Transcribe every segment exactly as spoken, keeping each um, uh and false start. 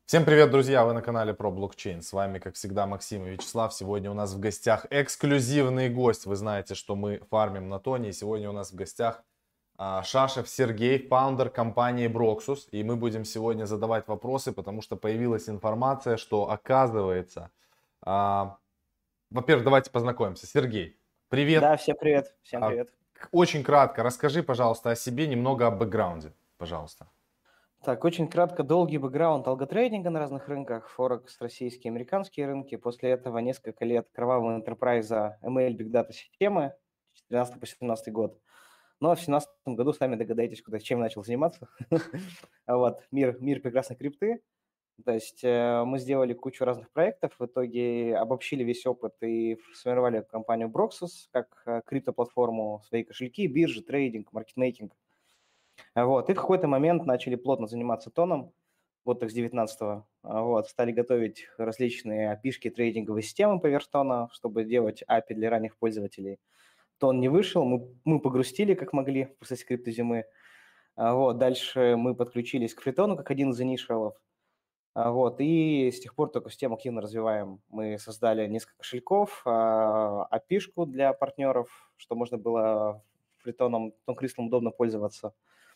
Всем привет, друзья! Вы на канале про блокчейн. С вами, как всегда, Максим и Вячеслав. Сегодня у нас в гостях эксклюзивный гость. Вы знаете, что мы фармим на Тоне. И сегодня у нас в гостях а, Шашев Сергей, фаундер компании Broxus. И мы будем сегодня задавать вопросы, потому что появилась информация, что оказывается... а, во-первых, давайте познакомимся. Сергей, привет! Да, всем привет, всем А, привет. к- очень кратко расскажи, пожалуйста, о себе, немного о бэкграунде, пожалуйста. Так, очень кратко, долгий бэкграунд алготрейдинга на разных рынках, Форекс, российские, американские рынки. После этого несколько лет кровавого энтерпрайза эм эл, Big Data системы, с тринадцатого по семнадцатый год. Но в семнадцатом году сами догадаетесь, куда, чем начал заниматься. Вот, мир, мир прекрасной крипты. То есть э, мы сделали кучу разных проектов, в итоге обобщили весь опыт и сформировали компанию Broxus как э, криптоплатформу, свои кошельки, биржи, трейдинг, маркетмейкинг. А Вот. И в какой-то момент начали плотно заниматься тоном, вот так с девятнадцатого. А Вот. Стали готовить различные эй пи ай-шки, трейдинговые системы поверх тона, чтобы делать эй пи ай для ранних пользователей. Тон не вышел, мы, мы погрустили как могли в процессе криптозимы. А Вот. Дальше мы подключились к фритону как один из инишиалов. А Вот. И с тех пор только систему активно развиваем. Мы создали несколько кошельков, а, эй пи ай-шку для партнеров, что можно было фритоном, тон кристаллом удобно пользоваться.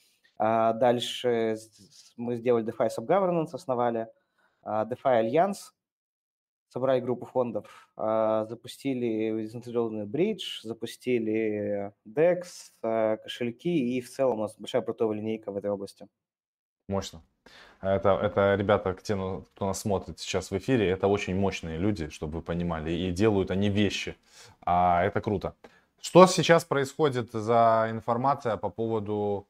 А, Дальше с- мы сделали DeFi Subgovernance, основали а, DeFi Альянс, собрали группу фондов, а, запустили децентрализованный бридж, запустили декс, а, кошельки, и в целом у нас большая продуктовая линейка в этой области. Мощно. Это, это ребята, те, ну, кто нас смотрит сейчас в эфире, это очень мощные люди, чтобы вы понимали. И делают они вещи. А это круто. Что сейчас происходит за информация по поводу,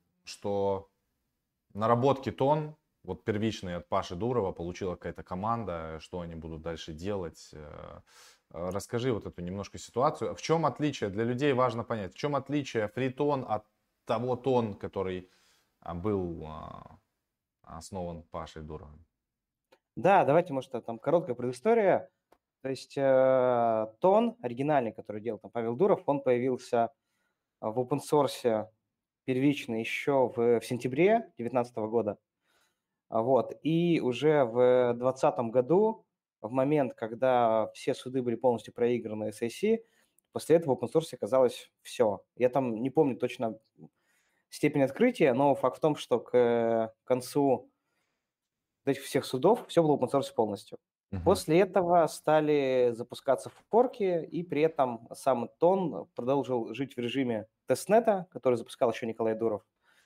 что наработки тон, вот первичные от Паши Дурова, получила какая-то команда, что они будут дальше делать? Э, э, Расскажи вот эту немножко ситуацию. В чем отличие? Для людей важно понять, в чем отличие фритон от того тон, который а, был а, основан Пашей Дуровым. Да, давайте, может, там короткая предыстория. То есть э, Тон, оригинальный, который делал там Павел Дуров, он появился в open source первично еще в, в сентябре две тысячи девятнадцатого года. А Вот. И уже в двадцатом году, в момент, когда все суды были полностью проиграны эс и си, после этого в open source оказалось все. Я там не помню точно степень открытия, но факт в том, что к концу вот этих всех судов все было open source полностью. Мгм. После этого стали запускаться форки, и при этом сам Тон продолжил жить в режиме тестнета, который запускал еще Николай Дуров.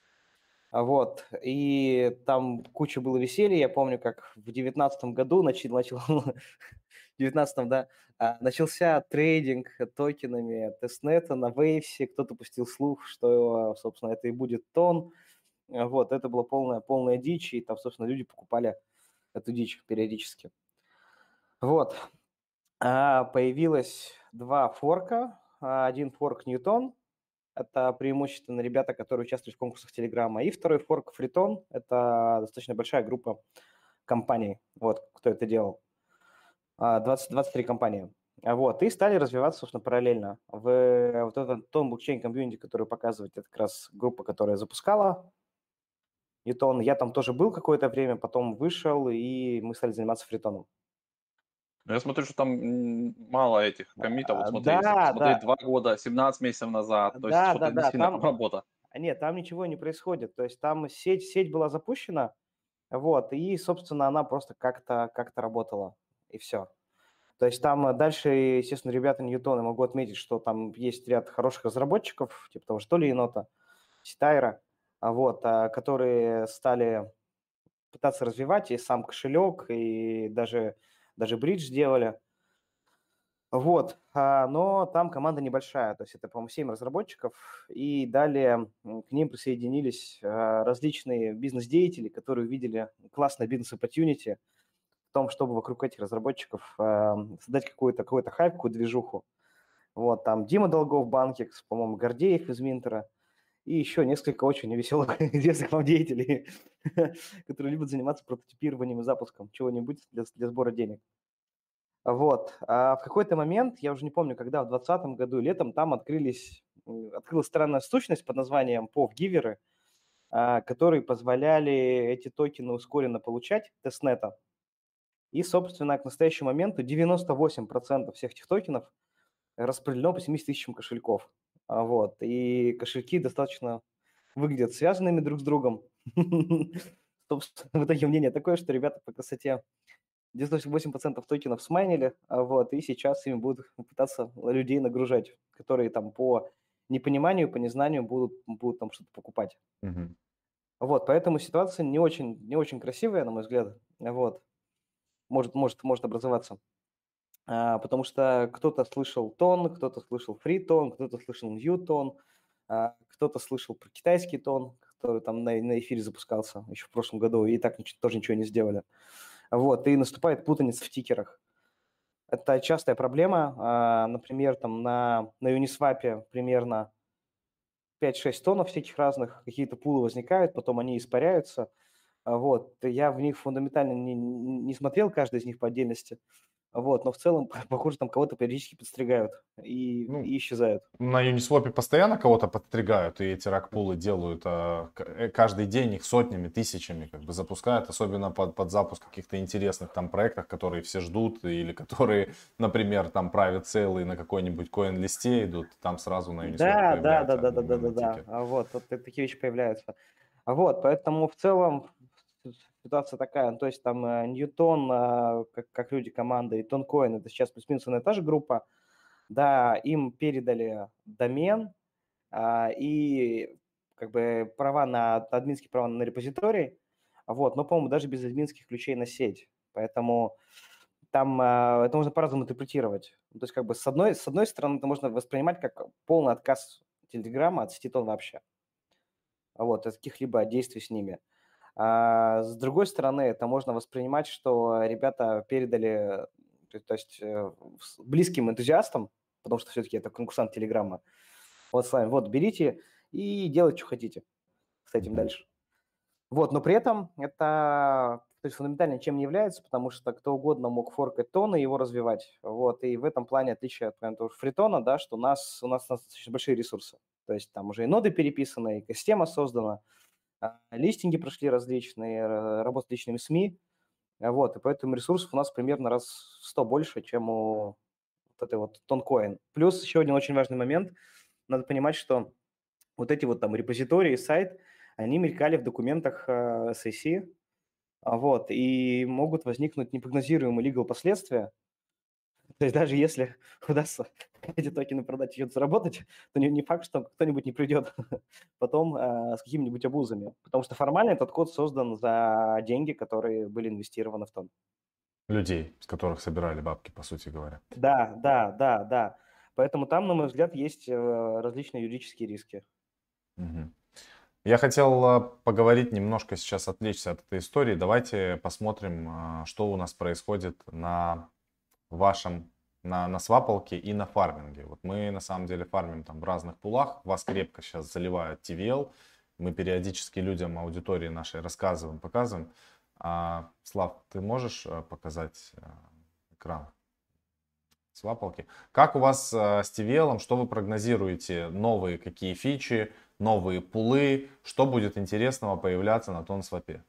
А Вот. И там куча было веселья. Я помню, как в девятнадцатом году начал, начал в девятнадцатом, да, а, начался трейдинг токенами тестнета на Вейвсе. Кто-то пустил слух, что, собственно, это и будет тон. А Вот. Это была полная, полная дичь, и там, собственно, люди покупали эту дичь периодически. Вот. А, Появилось два форка. А, Один форк Ньютон, это преимущественно ребята, которые участвуют в конкурсах Телеграма. И второй форк Фритон. Это достаточно большая группа компаний, вот, кто это делал. А, двадцать, двадцать три компании. А Вот, и стали развиваться, собственно, параллельно. В вот этот том блокчейн комьюнити, который показывает, это как раз группа, которая запускала Ньютон. Я там тоже был какое-то время, потом вышел, и мы стали заниматься фритоном. Ну, я смотрю, что там м, мало этих коммитов. Вот А, смотри, если Да, посмотреть да, два года, семнадцать месяцев назад, то есть да, да, что-то да, действительно там там, работа. нет, там ничего не происходит. То есть там сеть, сеть была запущена, вот, и, собственно, она просто как-то как работала, и все. То есть там э, дальше, естественно, ребята Ньютона могу отметить, что там есть ряд хороших разработчиков, типа того же то ли Енота, Ситайра, а вот, а, которые стали пытаться развивать и сам кошелек, и даже, даже бридж сделали. Вот, а, но там команда небольшая, то есть это, по-моему, семь разработчиков, и далее м, к ним присоединились а, различные бизнес-деятели, которые увидели классное бизнес-opportunity в том, чтобы вокруг этих разработчиков а, создать какую-то какой-то хайп, какую-то движуху. Вот, там Дима Долгов, Банкикс, по-моему, Гордеев из Минтера, и еще несколько очень веселых известных вам деятелей, которые любят заниматься прототипированием и запуском чего-нибудь для, для сбора денег. Вот. А в какой-то момент, я уже не помню, когда, в двадцатом году летом там открылись, м, открылась странная сущность под названием пов-гиверы. а, которые позволяли эти токены ускоренно получать, тестнета. И, собственно, к настоящему моменту девяносто восемь процентов всех этих токенов распределено по семьдесят тысячам кошельков. А, Вот. И кошельки достаточно выглядят связанными друг с другом. Собственно, в итоге мнение такое, что ребята по красоте девяносто восемь процентов токенов смайнили, а, вот, и сейчас ими будут пытаться людей нагружать, которые там по непониманию, по незнанию будут, будут там что-то покупать. Мгм. Вот, поэтому ситуация не очень, не очень красивая, на мой взгляд. Вот, может, может, может образоваться. А, потому что кто-то слышал тон, кто-то слышал фритон, кто-то слышал ньютон, а, кто-то слышал про китайский тон, который там на, на эфире запускался еще в прошлом году, и так нич- тоже ничего не сделали. Вот, и наступает путаница в тикерах. Это частая проблема. А, Например, там на, на Uniswap примерно пять-шесть тонов всяких разных, какие-то пулы возникают, потом они испаряются. А, Вот, я в них фундаментально не, не смотрел, каждый из них по отдельности. Вот, но в целом, похоже, там кого-то периодически подстригают и, Ну, и исчезают. на Uniswap постоянно кого-то подстригают, и эти ракпулы делают а, к- э, каждый день их сотнями, тысячами как бы запускают, особенно под, под запуск каких-то интересных там проектов, которые все ждут, или которые, например, там private sale на какой-нибудь коин-листе идут, там сразу на Uniswap Да, да, да, появляется да, да, да, да, одновременно да. тикер. А вот, вот та- такие вещи появляются. А вот, поэтому в целом с- ситуация такая, ну, то есть там э, Ньютон, а, как, как люди команды, и Тонкоин, это сейчас плюс-минус одна и та же группа, да, им передали домен а, и как бы права на, админские права на репозиторий, а вот, но, по-моему, даже без админских ключей на сеть, поэтому там а, это можно по-разному интерпретировать. Ну, то есть как бы с одной, с одной стороны это можно воспринимать как полный отказ Телеграма от сети тон вообще, а вот, от каких-либо действий с ними. А с другой стороны, это можно воспринимать, что ребята передали, то, то есть э, с- близким энтузиастам, потому что все-таки это конкурсант Телеграма, вот с вами, вот, берите и делайте, что хотите с этим Мгм. дальше. Вот, но при этом это, то есть, фундаментально ничем не является, потому что кто угодно мог форкать тон и его развивать. Вот, и в этом плане отличие от, например, того же фритона, да, что у нас, у нас достаточно большие ресурсы. То есть там уже и ноды переписаны, и система создана, а, листинги прошли различные, ра- работа с личными СМИ. а Вот, и поэтому ресурсов у нас примерно раз в сто больше, чем у вот этой вот тонкоин. Плюс еще один очень важный момент. Надо понимать, что вот эти вот там репозитории, сайт, они мелькали в документах э, эс и си, а, вот, и могут возникнуть непрогнозируемые legal последствия. То есть даже если удастся эти токены продать и что-то заработать, то не, не факт, что кто-нибудь не придет потом э, с какими-нибудь абузами. Потому что формально этот код создан за деньги, которые были инвестированы в тон. Людей, с которых собирали бабки, по сути говоря. Да, да, да, да. Поэтому там, на мой взгляд, есть э, различные юридические риски. Мгм. Я хотел а, поговорить немножко сейчас, отвлечься от этой истории. Давайте посмотрим, а, что у нас происходит на вашем, на, на свапалке и на фарминге. Вот мы на самом деле фармим там в разных пулах. Вас крепко сейчас заливают ти ви эл. Мы периодически людям, аудитории нашей рассказываем, показываем. А, Слав, ты можешь а, показать а, экран свапалки? Как у вас а, с ти ви эл? Что вы прогнозируете? Новые какие фичи, новые пулы? Что будет интересного появляться на тонсвапе?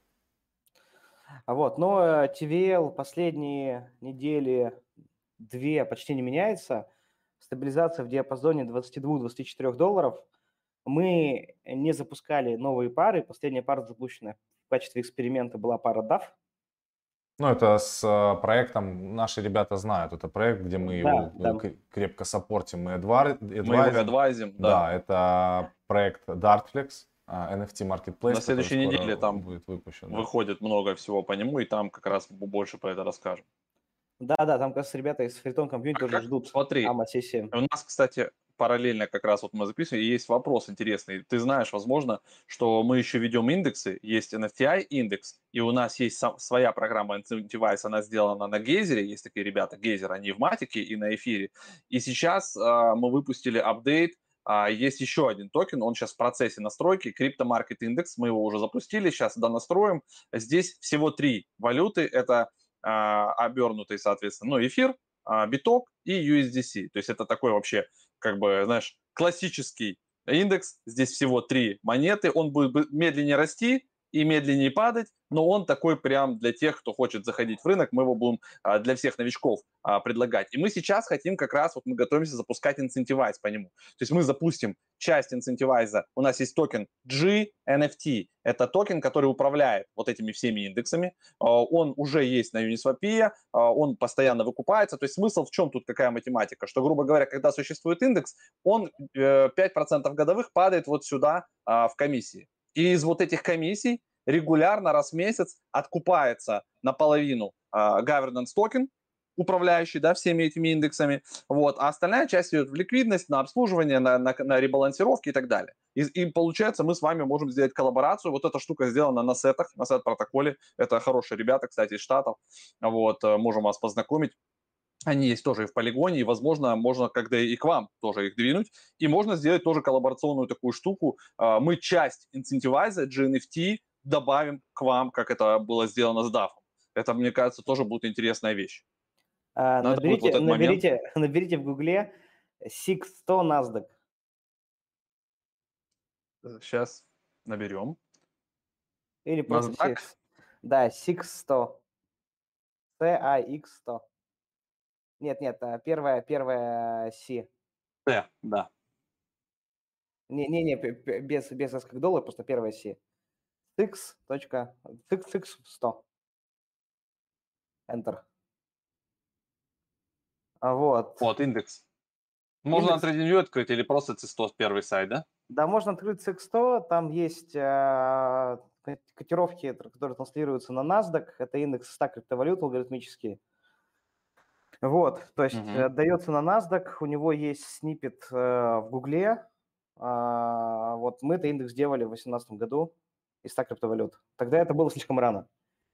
А вот, но э, ти ви эл последние недели две почти не меняется. Стабилизация в диапазоне двадцать два - двадцать четыре долларов. Мы не запускали новые пары. Последняя пара запущена в качестве эксперимента была пара даф. Ну, это с а, проектом, наши ребята знают, это проект, где мы Да, его э, да. к- крепко саппортим и адвар- Мы его адвайзим. адвайзим, да. Да, это проект Dartflex, а, эн эф ти Marketplace, На который следующей скоро неделе там будет выпущен, да. выходит много всего по нему, и там как раз больше про это расскажем. Да, да, там как раз ребята из Фритон комьюнити А тоже как, ждут смотри, АМА-сессии. у нас, кстати, параллельно как раз вот мы записываем, и есть вопрос интересный. Ты знаешь, возможно, что мы еще ведем индексы, есть эн эф ти ай индекс, и у нас есть сам- своя программа Incentivize, она сделана на Гейзере, есть такие ребята, Гейзер, они в Матике и на эфире. И сейчас а, мы выпустили апдейт, а, есть еще один токен, он сейчас в процессе настройки, Crypto Market Index, мы его уже запустили, сейчас донастроим. Здесь всего три валюты, это а, обернутый, соответственно, ну, эфир, а, биток и ю эс ди си. То есть это такой вообще, как бы, знаешь, классический индекс, здесь всего три монеты, он будет медленнее расти и медленнее падать, но он такой прям для тех, кто хочет заходить в рынок, мы его будем а, для всех новичков а, предлагать. И мы сейчас хотим как раз, вот мы готовимся запускать Incentivize по нему. То есть мы запустим часть Incentivize, у нас есть токен джи эн эф ти, это токен, который управляет вот этими всеми индексами, он уже есть на Uniswap, он постоянно выкупается, то есть смысл в чем тут, какая математика, что, грубо говоря, когда существует индекс, он пять процентов годовых падает вот сюда в комиссии. И из вот этих комиссий регулярно раз в месяц откупается наполовину э, governance токен, управляющий, да, всеми этими индексами, вот, а остальная часть идет в ликвидность, на обслуживание, на, на, на ребалансировки и так далее. И, и получается, мы с вами можем сделать коллаборацию. Вот эта штука сделана на сетах, на сет-протоколе. Это хорошие ребята, кстати, из Штатов. Вот, можем вас познакомить. Они есть тоже и в полигоне, и, возможно, можно когда и к вам тоже их двинуть. И можно сделать тоже коллаборационную такую штуку. Мы часть Incentivize, джи эн эф ти добавим к вам, как это было сделано с дафом. Это, мне кажется, тоже будет интересная вещь. А, наберите, вот наберите, наберите в гугле сикс сто NASDAQ. Сейчас наберем. Или просто NASDAQ? сикс. Да, сикс сто. си ай икс сто. Нет, нет, первая, первая C. Т, да. Не-не-не, без, без S как доллар, просто первая C. сикс сто. Enter. Вот. Вот, индекс. Можно индекс... на TradingView открыть или просто си сто первый сайт, да? Да, можно открыть си икс сто, там есть э, котировки, которые транслируются на NASDAQ, это индекс ста криптовалют алгоритмический. Вот, то есть uh-huh. отдается на NASDAQ, у него есть сниппет э, в Гугле, э, вот мы этот индекс делали в две тысячи восемнадцатом году из ста криптовалют. Тогда это было слишком рано.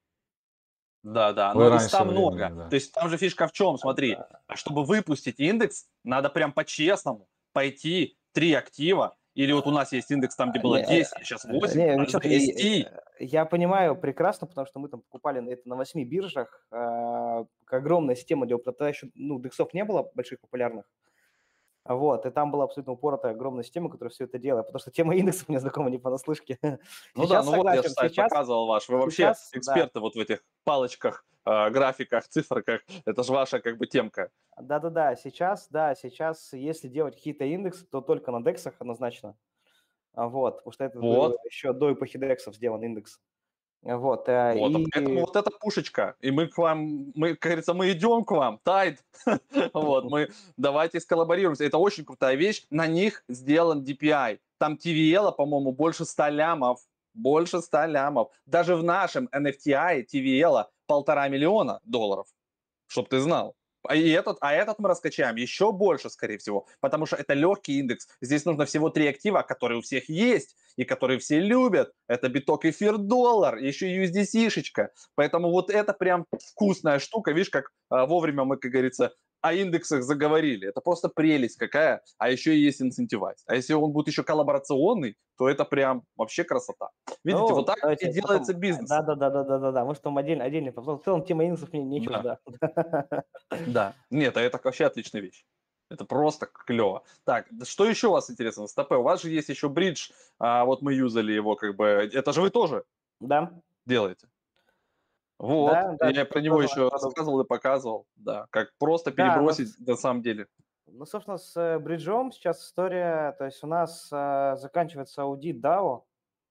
Да, да, но и ста много. Времени, да. То есть там же фишка в чем, смотри, да. Чтобы выпустить индекс, надо прям по-честному пойти три актива, или вот у нас есть индекс там, где было десять, не, сейчас восемь, не, надо завести. Я, я понимаю прекрасно, потому что мы там покупали это на восьми биржах, э, огромная система для тогда еще, ну, дексов не было больших популярных. Вот, и там была абсолютно упоротая огромная система, которая все это делала, потому что тема индексов мне знакома не понаслышке. Ну сейчас, да, ну согласен, вот я сайт сейчас, показывал ваш, вы вообще сейчас, эксперты да. Вот в этих палочках, э, графиках, цифрах, это же ваша как бы темка. Да-да-да, сейчас, да, сейчас, если делать какие-то индексы, то только на дексах однозначно, вот, потому что это вот. Еще до эпохи дексов сделан индекс. Вот, вот и... поэтому вот эта пушечка, и мы к вам, мы, как говорится, мы идем к вам, Тайд, вот, мы давайте сколлаборируемся, это очень крутая вещь, на них сделан ди пи ай, там ти ви эл, по-моему, больше ста лямов, больше ста лямов, даже в нашем эн эф ти ай ти ви эл полтора миллиона долларов, чтоб ты знал. И этот, а этот мы раскачаем еще больше, скорее всего, потому что это легкий индекс. Здесь нужно всего три актива, которые у всех есть и которые все любят. Это биток, эфир, доллар, еще ю эс ди си-шечка. Поэтому вот это прям вкусная штука. Видишь, как а, вовремя мы, как говорится, о индексах заговорили. Это просто прелесть какая. А еще и есть Incentivize. А если он будет еще коллаборационный, то это прям вообще красота. Видите, ну, вот так давайте, и делается потом, бизнес. Да, да, да, да, да, да, да. Может, там отдельно, отдельно. В целом тема индексов мне не чужда. Да. Да. Нет, а это вообще отличная вещь. Это просто клево. Так, что еще у вас интересно? Стопэ, у вас же есть еще бридж. А, вот мы юзали его, как бы. Это же вы тоже да. делаете? Вот, да, да, я про него еще рассказывал и показывал. Да, как просто да, перебросить но... на самом деле. Ну, собственно, с бриджом сейчас история, то есть у нас э, заканчивается аудит дао,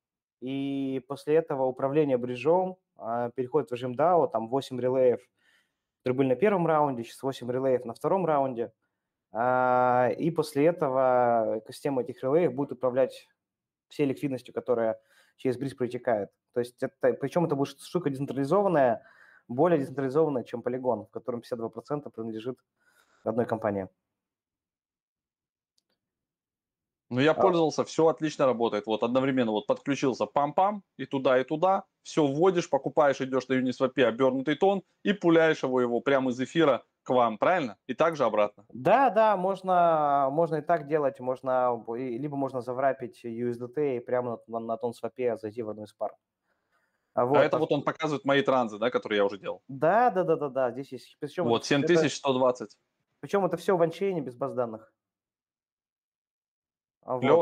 и после этого управление бриджом э, переходит в режим дао, там восемь релеев, которые были на первом раунде, сейчас восемь релеев на втором раунде, э, и после этого экосистема этих релеев будет управлять всей ликвидностью, которая через бридж протекает. То есть это, причем это будет штука децентрализованная, более децентрализованная, чем Polygon, в котором пятьдесят два процента принадлежит одной компании. Ну, я пользовался, все отлично работает. Вот одновременно вот подключился пам-пам, и туда, и туда. Все вводишь, покупаешь, идешь на Uniswap обернутый тон и пуляешь его, его прямо из эфира к вам, правильно? И также обратно. Да, да, можно, можно и так делать. Можно, либо можно заврапить ю эс ди ти прямо на, на TonSwap зайти в одну из пар. Вот. А это вот он показывает мои транзы, да, которые я уже делал. Да, да, да, да, да. Здесь есть. Причем вот семь тысяч сто двадцать. Причем это все в анчейне без баз данных. Клево. Вот.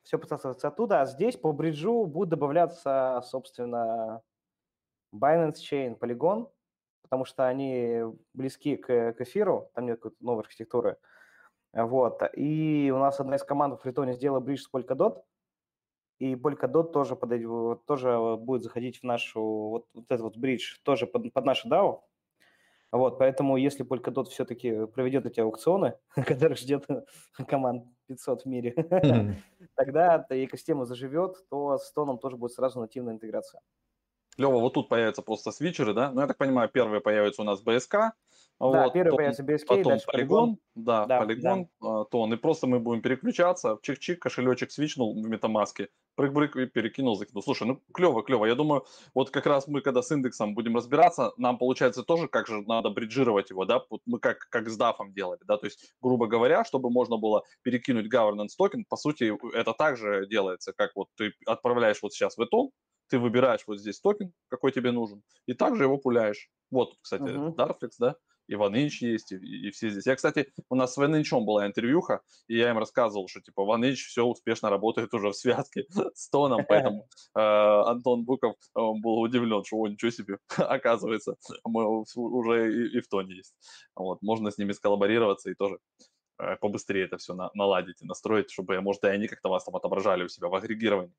все подсасывается оттуда, а здесь по бриджу будут добавляться, собственно, Binance Chain, Polygon, потому что они близки к, к эфиру, там нет какой-то новой архитектуры. Вот. И у нас одна из команд в Фритоне сделала бридж с Polkadot, и Polkadot тоже, подойдет, тоже будет заходить в нашу, вот, вот этот вот бридж, тоже под, под нашу дао. Вот, поэтому если Polkadot все-таки проведет эти аукционы, которых ждет команд пятьсот в мире, тогда эта экосистема заживет, то с тоном тоже будет сразу нативная интеграция. Лева, вот тут появятся просто свитчеры, да? Ну, я так понимаю, первые появятся у нас би эс кей. Да, Вот, первый тон, появится би эс кей, потом дальше Polygon, Polygon. да, Да, Polygon, а, тон, и просто мы будем переключаться, чик-чик, кошелечек свичнул в MetaMask, прыг-брык и перекинул, закинул. Слушай, ну клево, клево. Я думаю, вот как раз мы, когда с индексом будем разбираться, нам получается тоже, как же надо бриджировать его, да, вот мы как, как с дафом делали, да, то есть, грубо говоря, чтобы можно было перекинуть governance токен, по сути, это также делается, как вот ты отправляешь вот сейчас в Этон, ты выбираешь вот здесь токен, какой тебе нужен, и также его пуляешь. Вот, кстати, Мгм. Darflex, да, и OneInch есть, и, и все здесь. Я, кстати, у нас с OneInch была интервьюха, и я им рассказывал, что типа OneInch все успешно работает уже в связке с тоном, поэтому э, Антон Буков э, он был удивлен, что о, ничего себе, оказывается, мы уже и, и в тоне есть. Вот, можно с ними сколлаборироваться и тоже э, побыстрее это все на, наладить и настроить, чтобы, может, и они как-то вас там отображали у себя в агрегировании.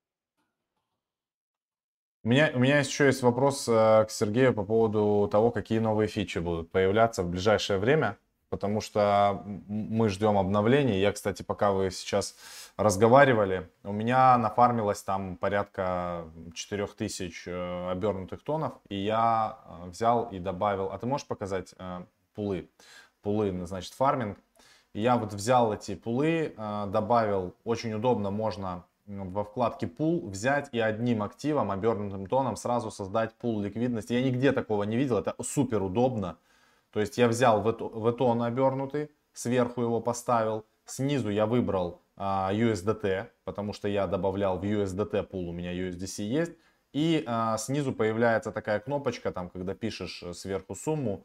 У меня, у меня еще есть вопрос э, к Сергею по поводу того, какие новые фичи будут появляться в ближайшее время, потому что м- мы ждем обновлений. Я, кстати, пока вы сейчас разговаривали, у меня нафармилось там порядка четырех тысяч э, обернутых тонов, и я э, взял и добавил. А ты можешь показать э, пулы? Пулы, значит, фарминг. И я вот взял эти пулы, э, добавил, очень удобно, можно во вкладке пул взять и одним активом, обернутым тоном, сразу создать пул ликвидности. Я нигде такого не видел, это супер удобно. То есть я взял в тон обернутый, сверху его поставил, снизу я выбрал а, ю эс ди ти, потому что я добавлял в ю эс ди ти пул, у меня ю эс ди си есть. И а, снизу появляется такая кнопочка, там, когда пишешь сверху сумму,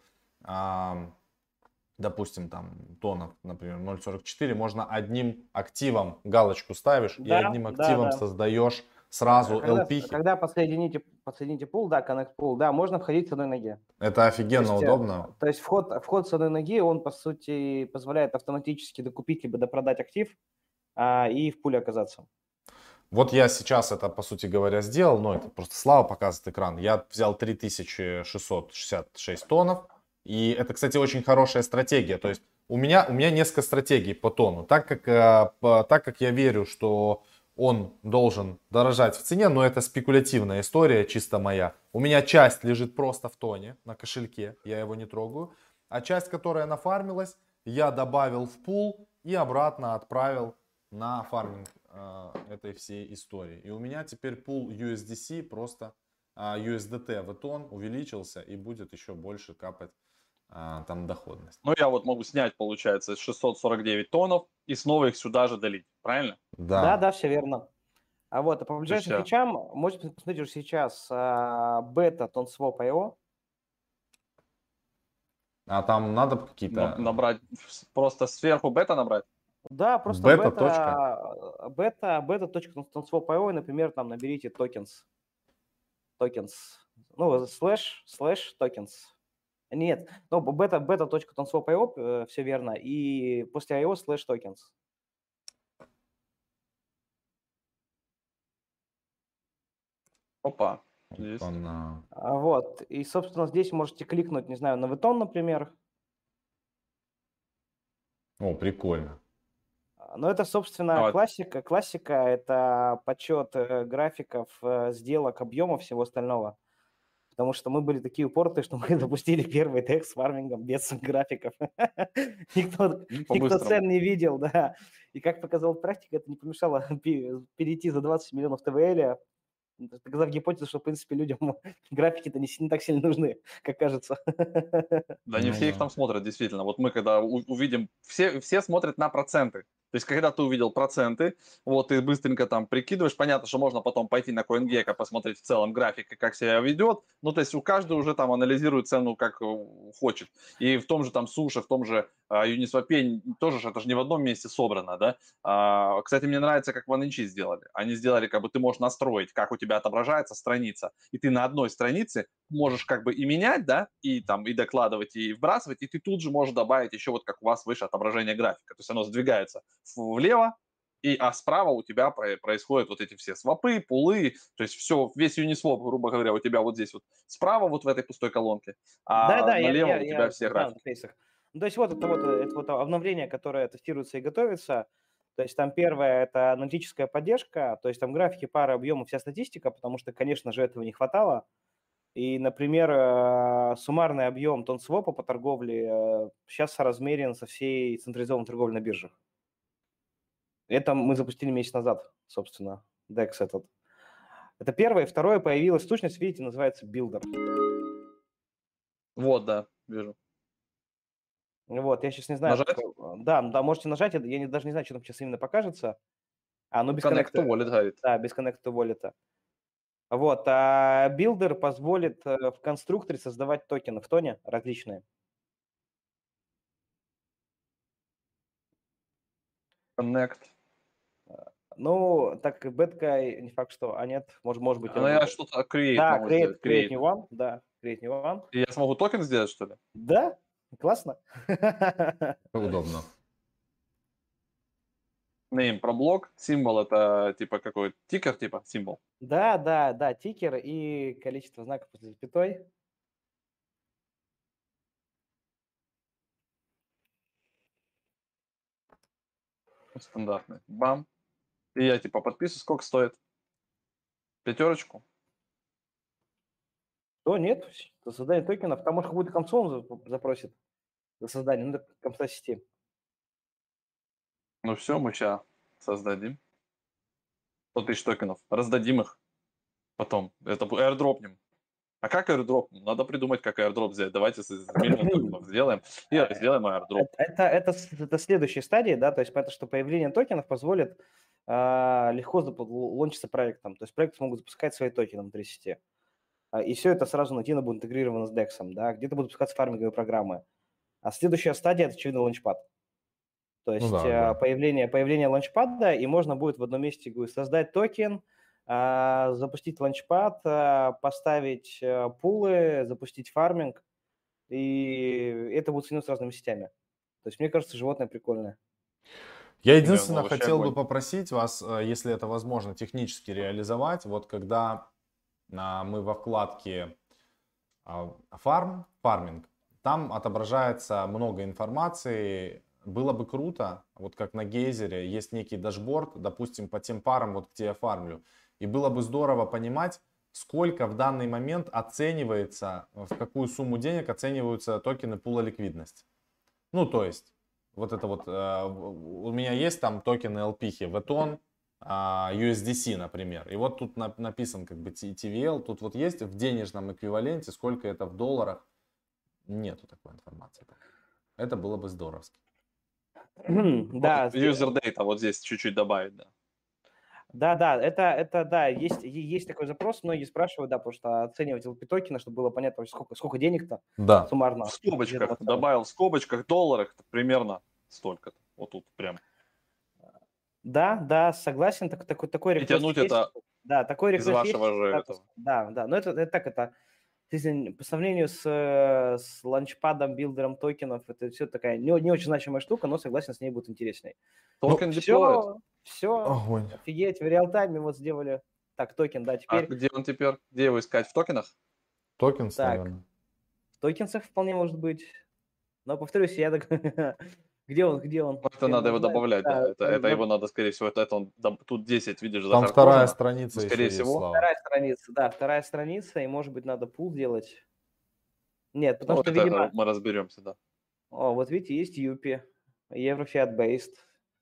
а, допустим, там, тонов, например, ноль целых сорок четыре, можно одним активом галочку ставишь и Да, одним да, активом да. создаешь сразу Когда, эл пи. когда подсоедините, подсоедините пул, да, connect pool, да, можно входить с одной ноги. Это То офигенно есть, э, удобно. то есть вход, вход с одной ноги, он, по сути, позволяет автоматически докупить либо допродать актив а, и в пуле оказаться. Вот я сейчас это, по сути говоря, сделал, но это просто Слава показывает экран. Я взял три тысячи шестьсот шестьдесят шесть тонов, и это, кстати, очень хорошая стратегия. То есть у меня, у меня несколько стратегий по тону. Так как, э, по, так как я верю, что он должен дорожать в цене, но это спекулятивная история, чисто моя. У меня часть лежит просто в тоне, на кошельке, я его не трогаю. А часть, которая нафармилась, я добавил в пул и обратно отправил на фарминг э, этой всей истории. И у меня теперь пул ю эс ди си просто, э, ю эс ди ти в тон увеличился и будет еще больше капать э, там доходность. Ну, я вот могу снять, получается, шестьсот сорок девять тонов и снова их сюда же долить, правильно? Да. Да, да, все верно. А вот, а по ближайшим есть, фичам можете посмотреть уже сейчас а, бета TonSwap точка ай о. А там надо какие-то... На- Набрать, просто сверху бета набрать? Да, просто Бета бета, точка? бета, бета.tonswap точка ай о, и, например, там наберите tokens, tokens, ну, слэш, слэш tokens. Нет, ну, бета, beta.tonswap точка ай о, все верно, и после ай о слэш tokens. Опа, есть. Опа-на. А, Вот, и, собственно, здесь можете кликнуть, не знаю, на Vuitton, например. О, прикольно. Но это, собственно, А вот. классика. Классика – это подсчет э, графиков, э, сделок, объемов, всего остального. Потому что мы были такие упоротые, что мы запустили первый тег с фармингом без графиков. Никто, никто По-быстрому. цен не видел, да. И как показала практика, это не помешало пе- перейти за двадцать миллионов тэ вэ эл, доказав гипотезу, что, в принципе, людям графики-то не, си- не так сильно нужны, как кажется. Да не Ну все их да. там смотрят, действительно. Вот мы когда у- увидим, все, все смотрят на проценты. То есть, когда ты увидел проценты, вот, ты быстренько там прикидываешь, понятно, что можно потом пойти на CoinGecko, посмотреть в целом график и как себя ведет, ну, то есть у каждого уже там анализирует цену как э, хочет. И в том же там Суше, в том же а, Uniswap тоже ж это же не в одном месте собрано, да. А, кстати, мне нравится, как в OneInch сделали. Они сделали, как бы ты можешь настроить, как у тебя отображается страница, и ты на одной странице можешь как бы и менять, да, и там и докладывать, и вбрасывать, и ты тут же можешь добавить еще вот как у вас выше отображение графика. То есть оно сдвигается влево, и, а справа у тебя происходят вот эти все свопы, пулы, то есть все, весь Uniswap, грубо говоря, у тебя вот здесь вот справа, вот в этой пустой колонке, а Да-да, я, налево я, у тебя я все знаю на графики. интерфейсах. Ну, то есть вот это вот, это вот обновление, которое тестируется и готовится. То есть там первое – это аналитическая поддержка, то есть там графики, пары, объемы, вся статистика, потому что, конечно же, этого не хватало. И, например, э, суммарный объем тонн свопа по торговле сейчас соразмерен со всей централизованной торговлей на биржах. Это мы запустили месяц назад, собственно, декс этот. Это первое. Второе, появилась сущность, видите, называется Builder. Вот, да, вижу. Вот, я сейчас не знаю. Нажать? Да, да, можете нажать. Я не, даже не знаю, что там сейчас именно покажется. А, ну без Connect коннекта. to Wallet говорит. Да, без Connect to Wallet. Вот, а Builder позволит в конструкторе создавать токены в тоне различные. Connect. Ну, так как бетка, не факт, что, а нет, может, может быть. Ну, я что-то create Да, могу create, сделать. create Create. new one, да, create new one. И я смогу токен сделать, что ли? Да, классно. Удобно. Name про блок, символ это типа какой тикер, типа символ. Да, да, да, тикер и количество знаков после запятой. Стандартный. Бам. И я типа подписываю, сколько стоит? Пятерочку. То нет, за создание токенов. Там, может, какую-то консоль запросит за создание, ну, это комса систем. Ну все, мы сейчас создадим. сто тысяч токенов. Раздадим их потом. Это airdropнем. А как airdrop? Надо придумать, как airdrop взять. Давайте миллион токенов сделаем и сделаем airdrop. Это, это, это, это следующая стадия, да, то есть потому что появление токенов позволит э, легко лончиться проектом. То есть проекты смогут запускать свои токены внутри сети. И все это сразу нативно будет интегрировано с дексом, да, где-то будут запускаться фарминговые программы. А следующая стадия – это, очевидно, лончпад. То есть ну, да, да. Появление, появление лончпада, и можно будет в одном месте говорю, создать токен, запустить лончпад, поставить пулы, запустить фарминг, и это будет соединено с разными сетями. То есть мне кажется, животное прикольное. Я единственное да, хотел бы попросить вас, если это возможно, технически реализовать. Вот когда мы во вкладке фарм, фарминг, там отображается много информации. Было бы круто, вот как на Гейзере, есть некий дашборд, допустим, по тем парам, вот где я фармлю. И было бы здорово понимать, сколько в данный момент оценивается, в какую сумму денег оцениваются токены пула ликвидность. Ну, то есть, вот это вот, э, у меня есть там токены эл пи, Vetton, э, ю эс ди си, например. И вот тут на, написан как бы ти ви эл, тут вот есть в денежном эквиваленте, сколько это в долларах. Нету такой информации. Это было бы здоровски. Да, вот, user data вот здесь чуть-чуть добавить, да. Да, да, это, это да, есть, есть такой запрос, многие спрашивают, да, потому что оценивать эл пи токены, чтобы было понятно, сколько, сколько денег-то да. суммарно. В скобочках, добавил в скобочках, долларах примерно столько-то, вот тут прям. Да, да, согласен, так, такой, такой реквест. И тянуть есть. Это да, такой из вашего есть, же да, этого. Да, да, но это, это так, это по сравнению с, с ланчпадом, билдером токенов, это все такая не, не очень значимая штука, но согласен, с ней будет интересней. Токен ну, все, все, Огонь. Офигеть, в реал-тайме вот сделали. Так, токен, да, теперь. А где он теперь? Где его искать? В токенах? Токенс, так, наверное. В токенсах вполне может быть. Но, повторюсь, я так... Где он, где он? Ну, это надо его добавлять, да. да. Это, это его надо, скорее всего, это, это он, тут десять, видишь, там вторая страница ну, скорее еще всего. есть, вторая страница, да, вторая страница, и, может быть, надо пул делать. Нет, потому ну, что, это видимо... мы разберемся, да. О, вот видите, есть Юпи, Еврофиат-based.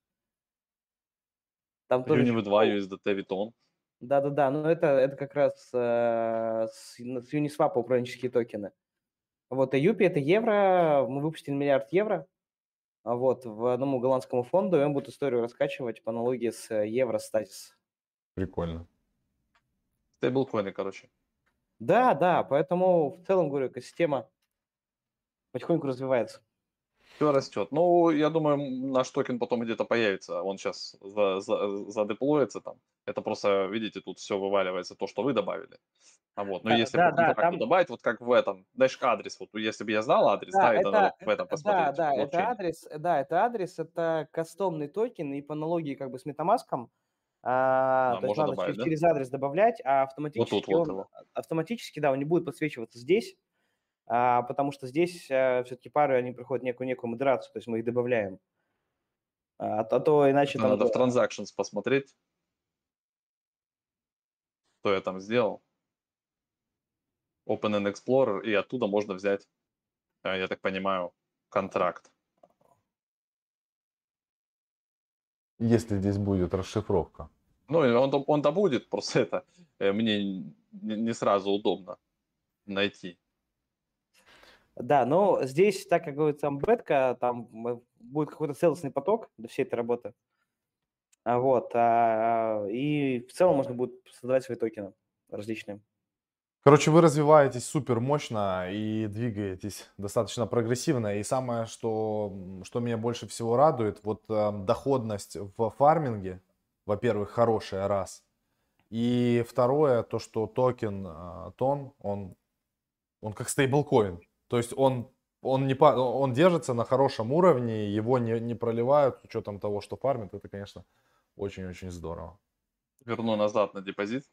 Там тоже... Юни два, ю эс ди ти, Vitton. Да-да-да, но это, это как раз э, с, с Uniswap управленческие токены. Вот, а Юпи это евро, мы выпустили миллиард евро. а вот, в одному голландскому фонду, и он будет историю раскачивать по аналогии с э, евро статис. Прикольно. Стейблкоины, короче. Да, да, поэтому в целом, говорю, экосистема потихоньку развивается. Все растет. Ну, я думаю, м, наш токен потом где-то появится. Он сейчас за, за- задеплоится там. Это просто, видите, тут все вываливается, то, что вы добавили. А вот. Но Да, если да, по да, контракту там, добавить, вот как в этом, знаешь, адрес, вот если бы я знал адрес, да, да, и надо это, вот в это, этом да, посмотреть, в да, это блокчейне. адрес, э, да, это адрес, это кастомный токен, и по аналогии как бы с MetaMask, а, Да, то есть можно надо добавить, через, да? через адрес добавлять, а Вот тут автоматически вот он, его. автоматически, да, он не будет подсвечиваться здесь, а, потому что здесь все-таки пары, они проходят некую, некую модерацию, то есть мы их добавляем. А, а то иначе Это там... надо в transactions посмотреть, что я там сделал. Open and Explorer, и оттуда можно взять, э, я так понимаю, контракт. Если здесь будет расшифровка. Ну, и он, он-то будет, просто это э, мне не, не сразу удобно найти. Да, но здесь, так как говорит сам Бетка, там м, будет какой-то целостный поток до всей этой работы. А вот, а, и в целом можно будет создавать свои токены различные. Короче, вы развиваетесь супер мощно и двигаетесь достаточно прогрессивно. И самое, что, м, что меня больше всего радует, вот э, доходность в фарминге, во-первых, хорошая, раз. И второе, то, что токен э, тон, он, он как стейблкоин. То есть он, он, не, па- он держится на хорошем уровне, его не, не проливают с учетом того, что фармит. Это, конечно, очень-очень здорово. Верну назад на депозит.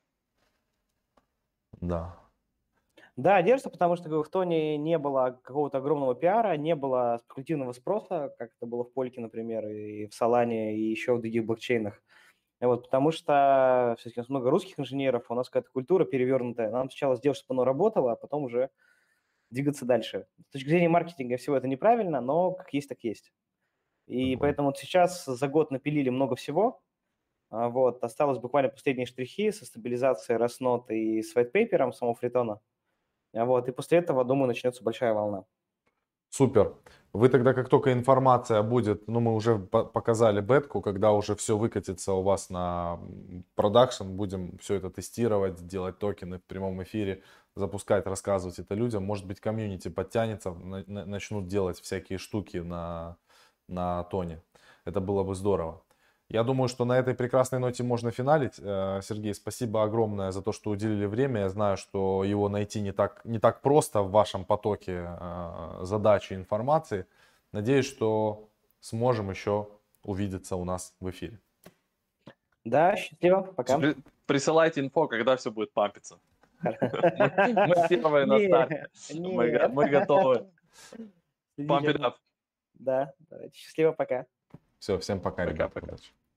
Да. Да, держится, потому что говорю, в Тоне не было какого-то огромного пиара, не было спекулятивного спроса, как это было в Польке, например, и в Солане, и еще в других блокчейнах. И вот, потому что все-таки у нас много русских инженеров, у нас какая-то культура перевернутая. Нам сначала сделать, чтобы оно работало, а потом уже двигаться дальше. С точки зрения маркетинга всего это неправильно, но как есть, так есть. И Понял. поэтому вот сейчас за год напилили много всего. А, Вот, осталось буквально последние штрихи со стабилизацией Rosnode и с white-paper самого Фритона. А Вот, и после этого, думаю, начнется большая волна. Супер. Вы тогда, как только информация будет, ну, мы уже по- показали бетку, когда уже все выкатится у вас на м, продакшн, будем все это тестировать, делать токены в прямом эфире, запускать, рассказывать это людям. Может быть, комьюнити подтянется, на- на- начнут делать всякие штуки на, на тоне. Это было бы здорово. Я думаю, что на этой прекрасной ноте можно финалить. Э, Сергей, спасибо огромное за то, что уделили время. Я знаю, что его найти не так, не так просто в вашем потоке э, задач и информации. Надеюсь, что сможем еще увидеться у нас в эфире. Да, счастливо, пока. При- присылайте инфо, когда все будет пампиться. Мы, мы первые на старте. Не, Мы, го- нет. мы готовы. Следите. Pump it up. Да, давайте, счастливо, пока. Все, всем пока, ребята. Пока-пока. Удачи.